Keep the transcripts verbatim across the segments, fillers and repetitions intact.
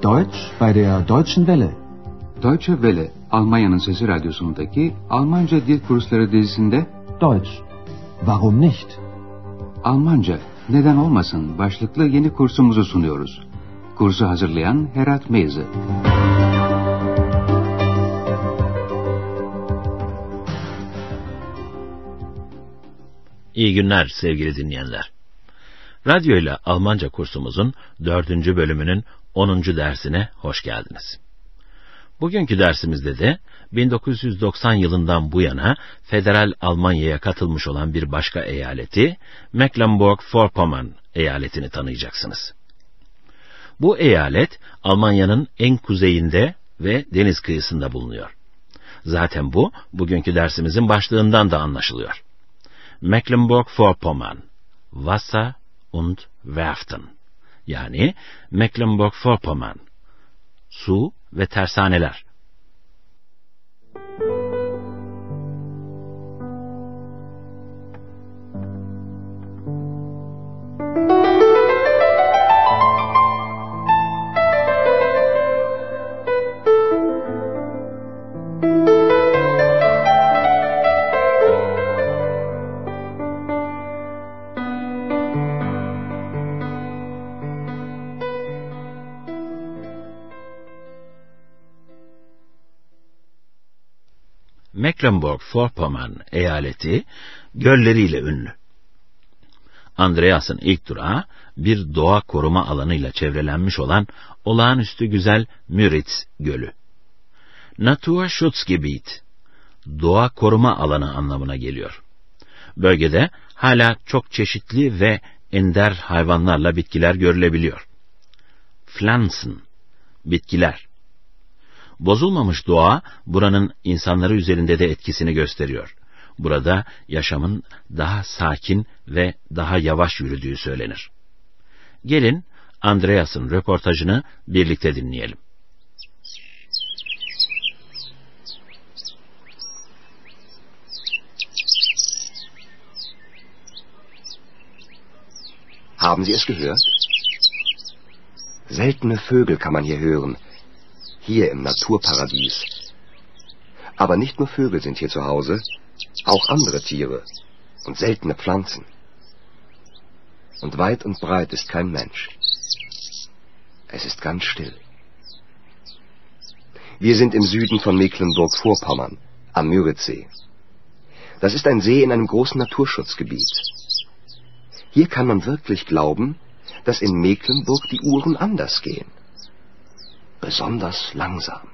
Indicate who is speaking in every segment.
Speaker 1: Deutsch bei der Deutschen Welle.
Speaker 2: Deutsche Welle, Almanya'nın Sesi Radyosu'ndaki Almanca Dil Kursları dizisinde
Speaker 1: Deutsch, warum nicht?
Speaker 2: Almanca, neden olmasın başlıklı yeni kursumuzu sunuyoruz. Kursu hazırlayan Herat Meyze.
Speaker 3: İyi günler sevgili dinleyenler. Radyo ile Almanca kursumuzun dördüncü bölümünün onuncu dersine hoş geldiniz. Bugünkü dersimizde de bin dokuz yüz doksan yılından bu yana Federal Almanya'ya katılmış olan bir başka eyaleti, Mecklenburg-Vorpommern eyaletini tanıyacaksınız. Bu eyalet Almanya'nın en kuzeyinde ve deniz kıyısında bulunuyor. Zaten bu bugünkü dersimizin başlığından da anlaşılıyor. Mecklenburg-Vorpommern, Wasser und Werften, yani Mecklenburg-Vorpommern, su ve tersaneler. Mecklenburg-Vorpommern eyaleti gölleriyle ünlü. Andreas'ın ilk durağı bir doğa koruma alanıyla çevrelenmiş olan olağanüstü güzel Müritz Gölü. Naturschutzgebiet, doğa koruma alanı anlamına geliyor. Bölgede hala çok çeşitli ve ender hayvanlarla bitkiler görülebiliyor. Pflanzen, bitkiler. Bozulmamış doğa, buranın insanları üzerinde de etkisini gösteriyor. Burada yaşamın daha sakin ve daha yavaş yürüdüğü söylenir. Gelin, Andreas'ın röportajını birlikte dinleyelim.
Speaker 4: Haben Sie es gehört? Seltene Vögel kann man hier hören. Hier im Naturparadies. Aber nicht nur Vögel sind hier zu Hause, auch andere Tiere und seltene Pflanzen. Und weit und breit ist kein Mensch. Es ist ganz still. Wir sind im Süden von Mecklenburg-Vorpommern, am Müritzsee. Das ist ein See in einem großen Naturschutzgebiet. Hier kann man wirklich glauben, dass in Mecklenburg die Uhren anders gehen. Besonders langsam.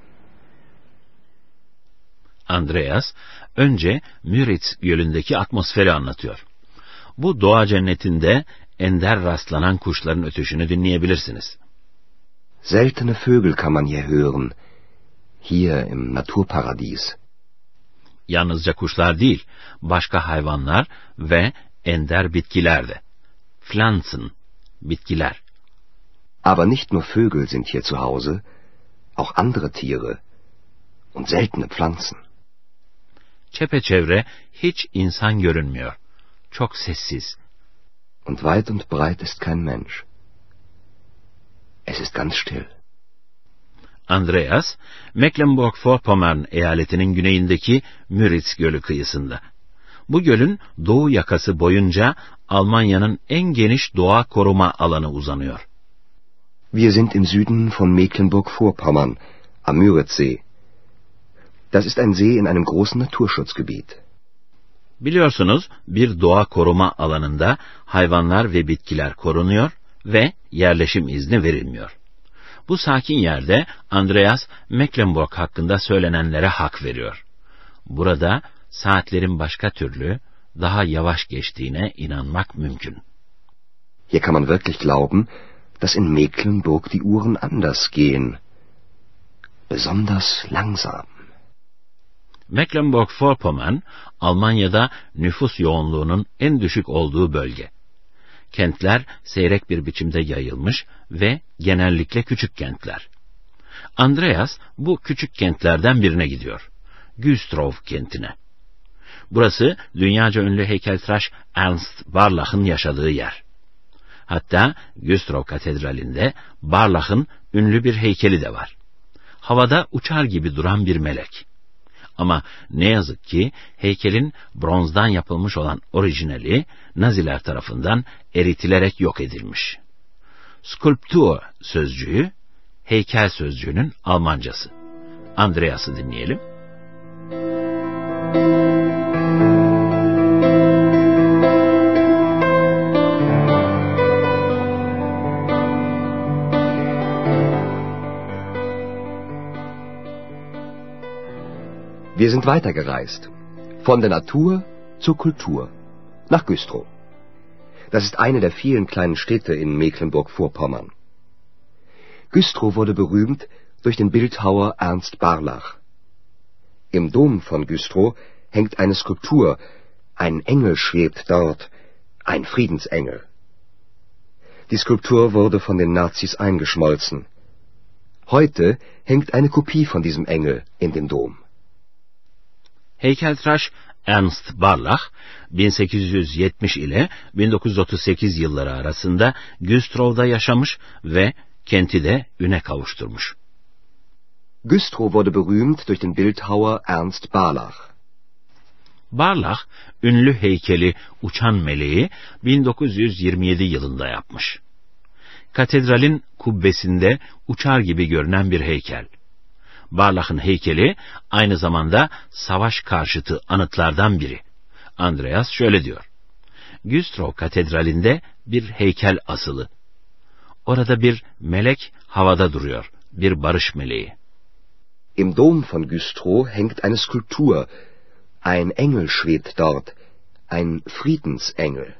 Speaker 3: Andreas önce Müritz Gölü'ndeki atmosferi anlatıyor. Bu doğa cennetinde ender rastlanan kuşların ötüşünü dinleyebilirsiniz.
Speaker 4: Seltene Vögel kann man hier hören. Hier im Naturparadies.
Speaker 3: Yalnızca kuşlar değil, başka hayvanlar ve ender bitkiler de. Pflanzen, bitkiler.
Speaker 4: Aber nicht nur Vögel sind hier zu Hause, auch andere Tiere und seltene Pflanzen.
Speaker 3: Çepeçevre hiç insan görünmüyor. Çok sessiz.
Speaker 4: Und weit und breit ist kein Mensch. Es ist ganz still.
Speaker 3: Andreas, Mecklenburg-Vorpommern eyaletinin güneyindeki Müritz Gölü kıyısında. Bu gölün doğu yakası boyunca Almanya'nın en geniş doğa koruma alanı uzanıyor.
Speaker 4: Wir sind im Süden von Mecklenburg-Vorpommern, am Müritzsee. Das ist ein See in einem großen Naturschutzgebiet.
Speaker 3: Biliyorsunuz, bir doğa koruma alanında hayvanlar ve bitkiler korunuyor ve yerleşim izni verilmiyor. Bu sakin yerde Andreas, Mecklenburg hakkında söylenenlere hak veriyor. Burada saatlerin başka türlü, daha yavaş geçtiğine inanmak mümkün.
Speaker 4: Hier kann man wirklich glauben, dass in Mecklenburg die Uhren anders gehen. Besonders langsam.
Speaker 3: Mecklenburg-Vorpommern, Almanya'da nüfus yoğunluğunun en düşük olduğu bölge. Kentler seyrek bir biçimde yayılmış ve genellikle küçük kentler. Andreas bu küçük kentlerden birine gidiyor. Güstrow kentine. Burası dünyaca ünlü heykeltıraş Ernst Barlach'ın yaşadığı yer. Hatta Güstrow Katedrali'nde Barlach'ın ünlü bir heykeli de var. Havada uçar gibi duran bir melek. Ama ne yazık ki heykelin bronzdan yapılmış olan orijinali Naziler tarafından eritilerek yok edilmiş. Skulptur sözcüğü, heykel sözcüğünün Almancası. Andreas'ı dinleyelim.
Speaker 4: Wir sind weitergereist. Von der Natur zur Kultur. Nach Güstrow. Das ist eine der vielen kleinen Städte in Mecklenburg-Vorpommern. Güstrow wurde berühmt durch den Bildhauer Ernst Barlach. Im Dom von Güstrow hängt eine Skulptur. Ein Engel schwebt dort. Ein Friedensengel. Die Skulptur wurde von den Nazis eingeschmolzen. Heute hängt eine Kopie von diesem Engel in dem Dom.
Speaker 3: Heykeltıraş Ernst Barlach, bin sekiz yüz yetmiş ile bin dokuz yüz otuz sekiz yılları arasında Güstrow'da yaşamış ve kenti de üne kavuşturmuş.
Speaker 4: Güstrow wurde berühmt durch den Bildhauer Ernst Barlach.
Speaker 3: Barlach, ünlü heykeli Uçan Meleği bin dokuz yüz yirmi yedi yılında yapmış. Katedralin kubbesinde uçar gibi görünen bir heykel. Barlach'ın heykeli aynı zamanda savaş karşıtı anıtlardan biri. Andreas şöyle diyor. Güstrow Katedrali'nde bir heykel asılı. Orada bir melek havada duruyor, bir barış meleği.
Speaker 4: Im Dom von Güstrow hängt eine Skulptur. Ein Engel schwebt dort. Ein Friedensengel.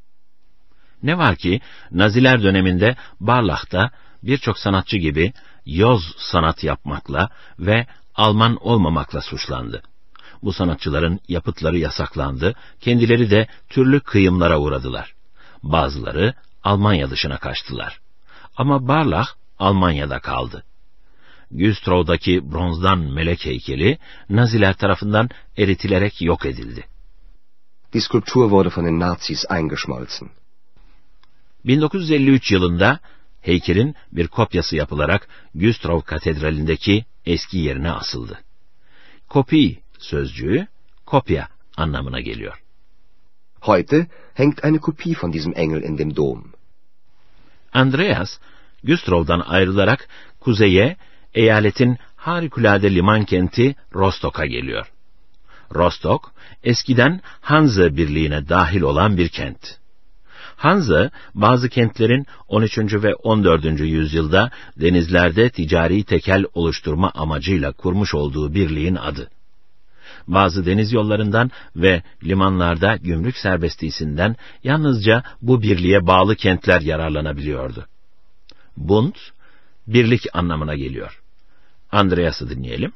Speaker 3: Ne var ki Naziler döneminde Barlach'ta birçok sanatçı gibi yoz sanat yapmakla ve Alman olmamakla suçlandı. Bu sanatçıların yapıtları yasaklandı, kendileri de türlü kıyımlara uğradılar. Bazıları Almanya dışına kaçtılar. Ama Barlach Almanya'da kaldı. Güstrow'daki bronzdan melek heykeli Naziler tarafından eritilerek yok edildi.
Speaker 4: Die Skulptur wurde von den Nazis eingeschmolzen.
Speaker 3: bin dokuz yüz elli üç yılında heykelin bir kopyası yapılarak Güstrow Katedrali'ndeki eski yerine asıldı. Kopi sözcüğü kopya anlamına geliyor.
Speaker 4: Heute hängt eine Kopie von diesem Engel in dem Dom.
Speaker 3: Andreas, Güstrow'dan ayrılarak kuzeye, eyaletin harikulade liman kenti Rostock'a geliyor. Rostock, eskiden Hanse Birliği'ne dahil olan bir kent. Hanse, bazı kentlerin on üçüncü ve on dördüncü yüzyılda denizlerde ticari tekel oluşturma amacıyla kurmuş olduğu birliğin adı. Bazı deniz yollarından ve limanlarda gümrük serbestisinden yalnızca bu birliğe bağlı kentler yararlanabiliyordu. Bund, birlik anlamına geliyor. Andreas'ı dinleyelim.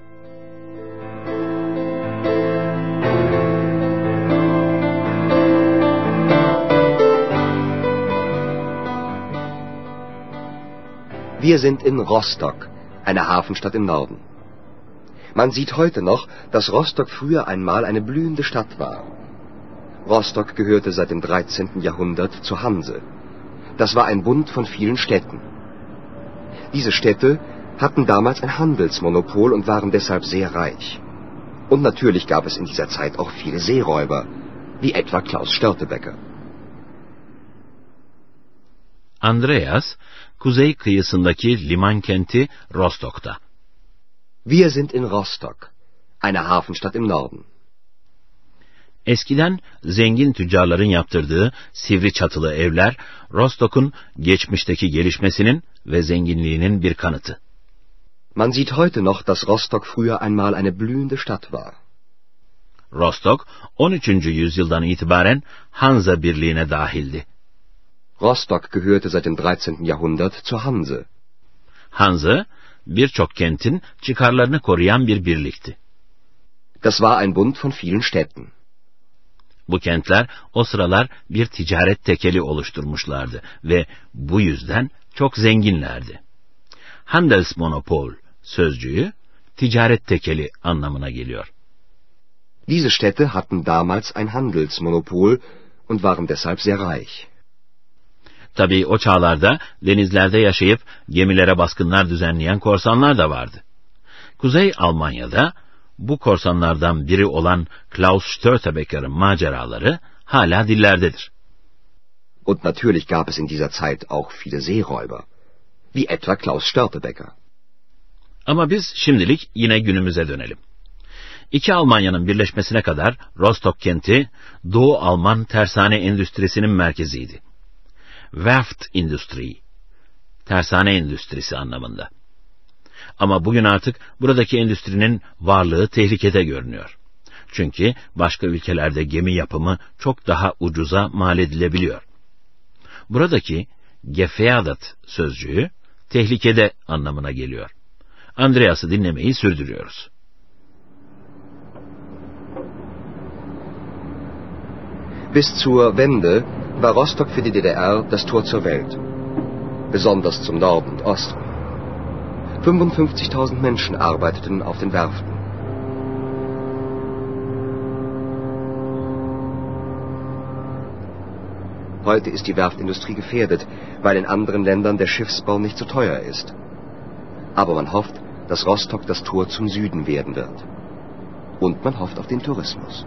Speaker 4: Wir sind in Rostock, einer Hafenstadt im Norden. Man sieht heute noch, dass Rostock früher einmal eine blühende Stadt war. Rostock gehörte seit dem dreizehnten Jahrhundert zur Hanse. Das war ein Bund von vielen Städten. Diese Städte hatten damals ein Handelsmonopol und waren deshalb sehr reich. Und natürlich gab es in dieser Zeit auch viele Seeräuber, wie etwa Klaus Störtebeker.
Speaker 3: Andreas, kuzey kıyısındaki liman kenti Rostock'ta.
Speaker 4: Wir sind in Rostock, einer Hafenstadt im Norden.
Speaker 3: Eskiden zengin tüccarların yaptırdığı sivri çatılı evler, Rostock'un geçmişteki gelişmesinin ve zenginliğinin bir kanıtı.
Speaker 4: Man sieht heute noch, dass Rostock früher einmal eine blühende Stadt war.
Speaker 3: Rostock, on üçüncü yüzyıldan itibaren Hansa Birliği'ne dahildi.
Speaker 4: Rostock gehörte seit dem dreizehnten Jahrhundert zur Hanse.
Speaker 3: Hanse, birçok kentin çıkarlarını koruyan bir birlikti.
Speaker 4: Das war ein Bund von vielen Städten.
Speaker 3: Bu kentler o sıralar bir ticaret tekeli oluşturmuşlardı ve bu yüzden çok zenginlerdi. Handelsmonopol sözcüğü ticaret tekeli anlamına geliyor.
Speaker 4: Diese Städte hatten damals ein Handelsmonopol und waren deshalb sehr reich.
Speaker 3: Tabii o çağlarda denizlerde yaşayıp gemilere baskınlar düzenleyen korsanlar da vardı. Kuzey Almanya'da bu korsanlardan biri olan Klaus Störtebecker'in maceraları hala dillerdedir.
Speaker 4: Und natürlich gab es in dieser Zeit auch viele Seeräuber, wie etwa Klaus Störtebeker.
Speaker 3: Ama biz şimdilik yine günümüze dönelim. İki Almanya'nın birleşmesine kadar Rostock kenti Doğu Alman tersane endüstrisinin merkeziydi. Werft Industrie, tersane endüstrisi anlamında. Ama bugün artık buradaki endüstrinin varlığı tehlikede görünüyor. Çünkü başka ülkelerde gemi yapımı çok daha ucuza mal edilebiliyor. Buradaki gefährdet sözcüğü tehlikede anlamına geliyor. Andreas'ı dinlemeyi sürdürüyoruz.
Speaker 4: Bis zur Wende war Rostock für die D D R das Tor zur Welt, besonders zum Norden und Osten. fünfundfünfzigtausend Menschen arbeiteten auf den Werften. Heute ist die Werftindustrie gefährdet, weil in anderen Ländern der Schiffsbau nicht so teuer ist. Aber man hofft, dass Rostock das Tor zum Süden werden wird. Und man hofft auf den Tourismus.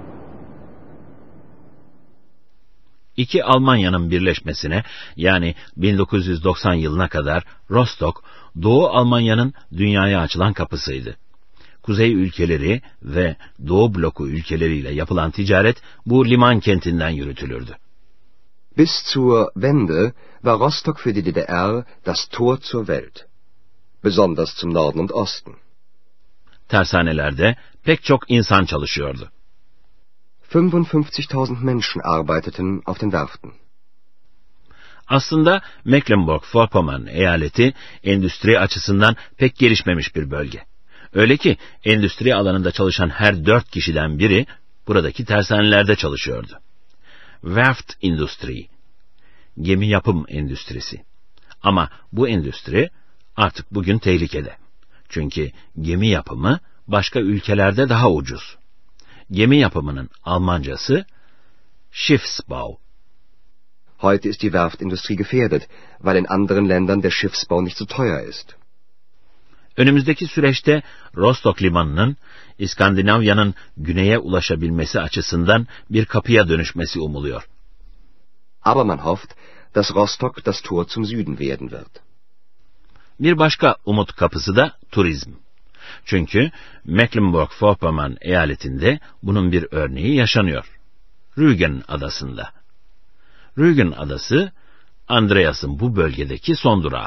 Speaker 3: İki Almanya'nın birleşmesine, yani bin dokuz yüz doksan yılına kadar Rostock, Doğu Almanya'nın dünyaya açılan kapısıydı. Kuzey ülkeleri ve Doğu bloku ülkeleriyle yapılan ticaret bu liman kentinden yürütülürdü.
Speaker 4: Bis zur Wende war Rostock für die D D R das Tor zur Welt, besonders zum Norden und Osten.
Speaker 3: Tersanelerde pek çok insan çalışıyordu.
Speaker 4: fünfundfünfzigtausend Menschen arbeiteten auf den Werften.
Speaker 3: Aslında Mecklenburg-Vorpommern eyaleti endüstri açısından pek gelişmemiş bir bölge. Öyle ki endüstri alanında çalışan her dört kişiden biri buradaki tersanelerde çalışıyordu. Werft Industrie, gemi yapım endüstrisi. Ama bu endüstri artık bugün tehlikede. Çünkü gemi yapımı başka ülkelerde daha ucuz. Gemi yapımının Almancası Schiffsbau.
Speaker 4: Heute ist die Werftindustrie gefährdet, weil in anderen Ländern der Schiffsbau nicht so teuer ist.
Speaker 3: Önümüzdeki süreçte Rostock limanının İskandinavya'nın güneye ulaşabilmesi açısından bir kapıya dönüşmesi umuluyor.
Speaker 4: Aber man hofft, dass Rostock das Tor zum Süden werden wird.
Speaker 3: Bir başka umut kapısı da turizm. Çünkü Mecklenburg-Vorpommern eyaletinde bunun bir örneği yaşanıyor. Rügen adasında. Rügen adası, Andreas'ın bu bölgedeki son durağı.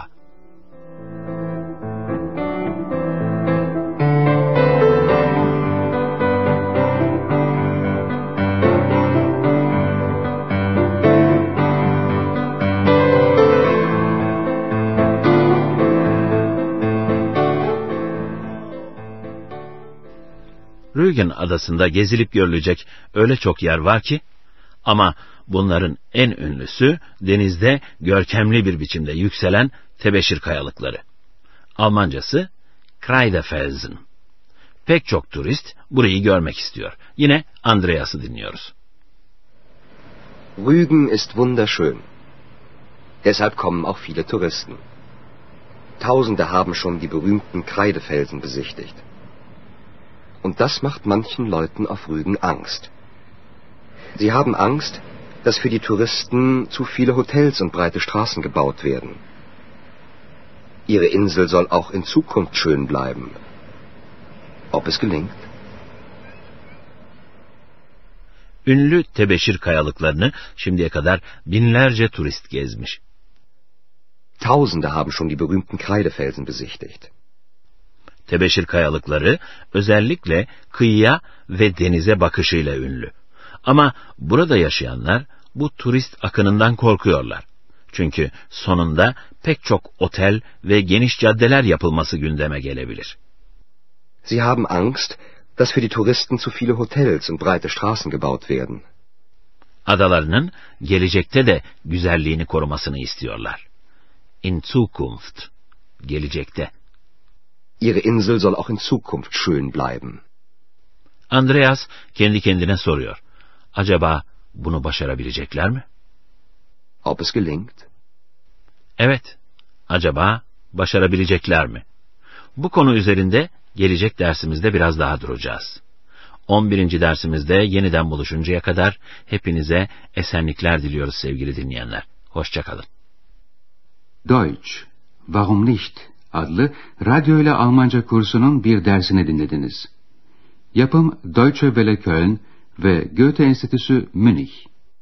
Speaker 3: Rügen adasında gezilip görülecek öyle çok yer var ki, ama bunların en ünlüsü denizde görkemli bir biçimde yükselen tebeşir kayalıkları. Almancası Kreidefelsen. Pek çok turist burayı görmek istiyor. Yine Andreas'ı dinliyoruz.
Speaker 4: Rügen ist wunderschön. Deshalb kommen auch viele Touristen. Tausende haben schon die berühmten Kreidefelsen besichtigt. Und das macht manchen Leuten auf Rügen Angst. Sie haben Angst, dass für die Touristen zu viele Hotels und breite Straßen gebaut werden. Ihre Insel soll auch in Zukunft schön bleiben. Ob es gelingt?
Speaker 3: Ünlü tebeşir kayalıklarını şimdiye kadar binlerce turist gezmiş.
Speaker 4: Tausende haben schon die berühmten Kreidefelsen besichtigt.
Speaker 3: Tebeşir kayalıkları özellikle kıyıya ve denize bakışıyla ünlü. Ama burada yaşayanlar bu turist akınından korkuyorlar. Çünkü sonunda pek çok otel ve geniş caddeler yapılması gündeme gelebilir.
Speaker 4: Sie haben Angst, dass für die Touristen zu viele Hotels und breite Straßen gebaut werden.
Speaker 3: Adalarının gelecekte de güzelliğini korumasını istiyorlar. In Zukunft, gelecekte.
Speaker 4: Ihre Insel soll auch in Zukunft schön bleiben.
Speaker 3: Andreas kendi kendine soruyor. Acaba bunu başarabilecekler mi?
Speaker 4: ob es gelingt?
Speaker 3: Evet, acaba başarabilecekler mi? Bu konu üzerinde gelecek dersimizde biraz daha duracağız. on birinci dersimizde yeniden buluşuncaya kadar hepinize esenlikler diliyoruz sevgili dinleyenler. Hoşça kalın.
Speaker 2: Deutsch, Warum nicht? Adlı radyo ile Almanca kursunun bir dersini dinlediniz. Yapım Deutsche Welle Köln ve Goethe Enstitüsü Münih.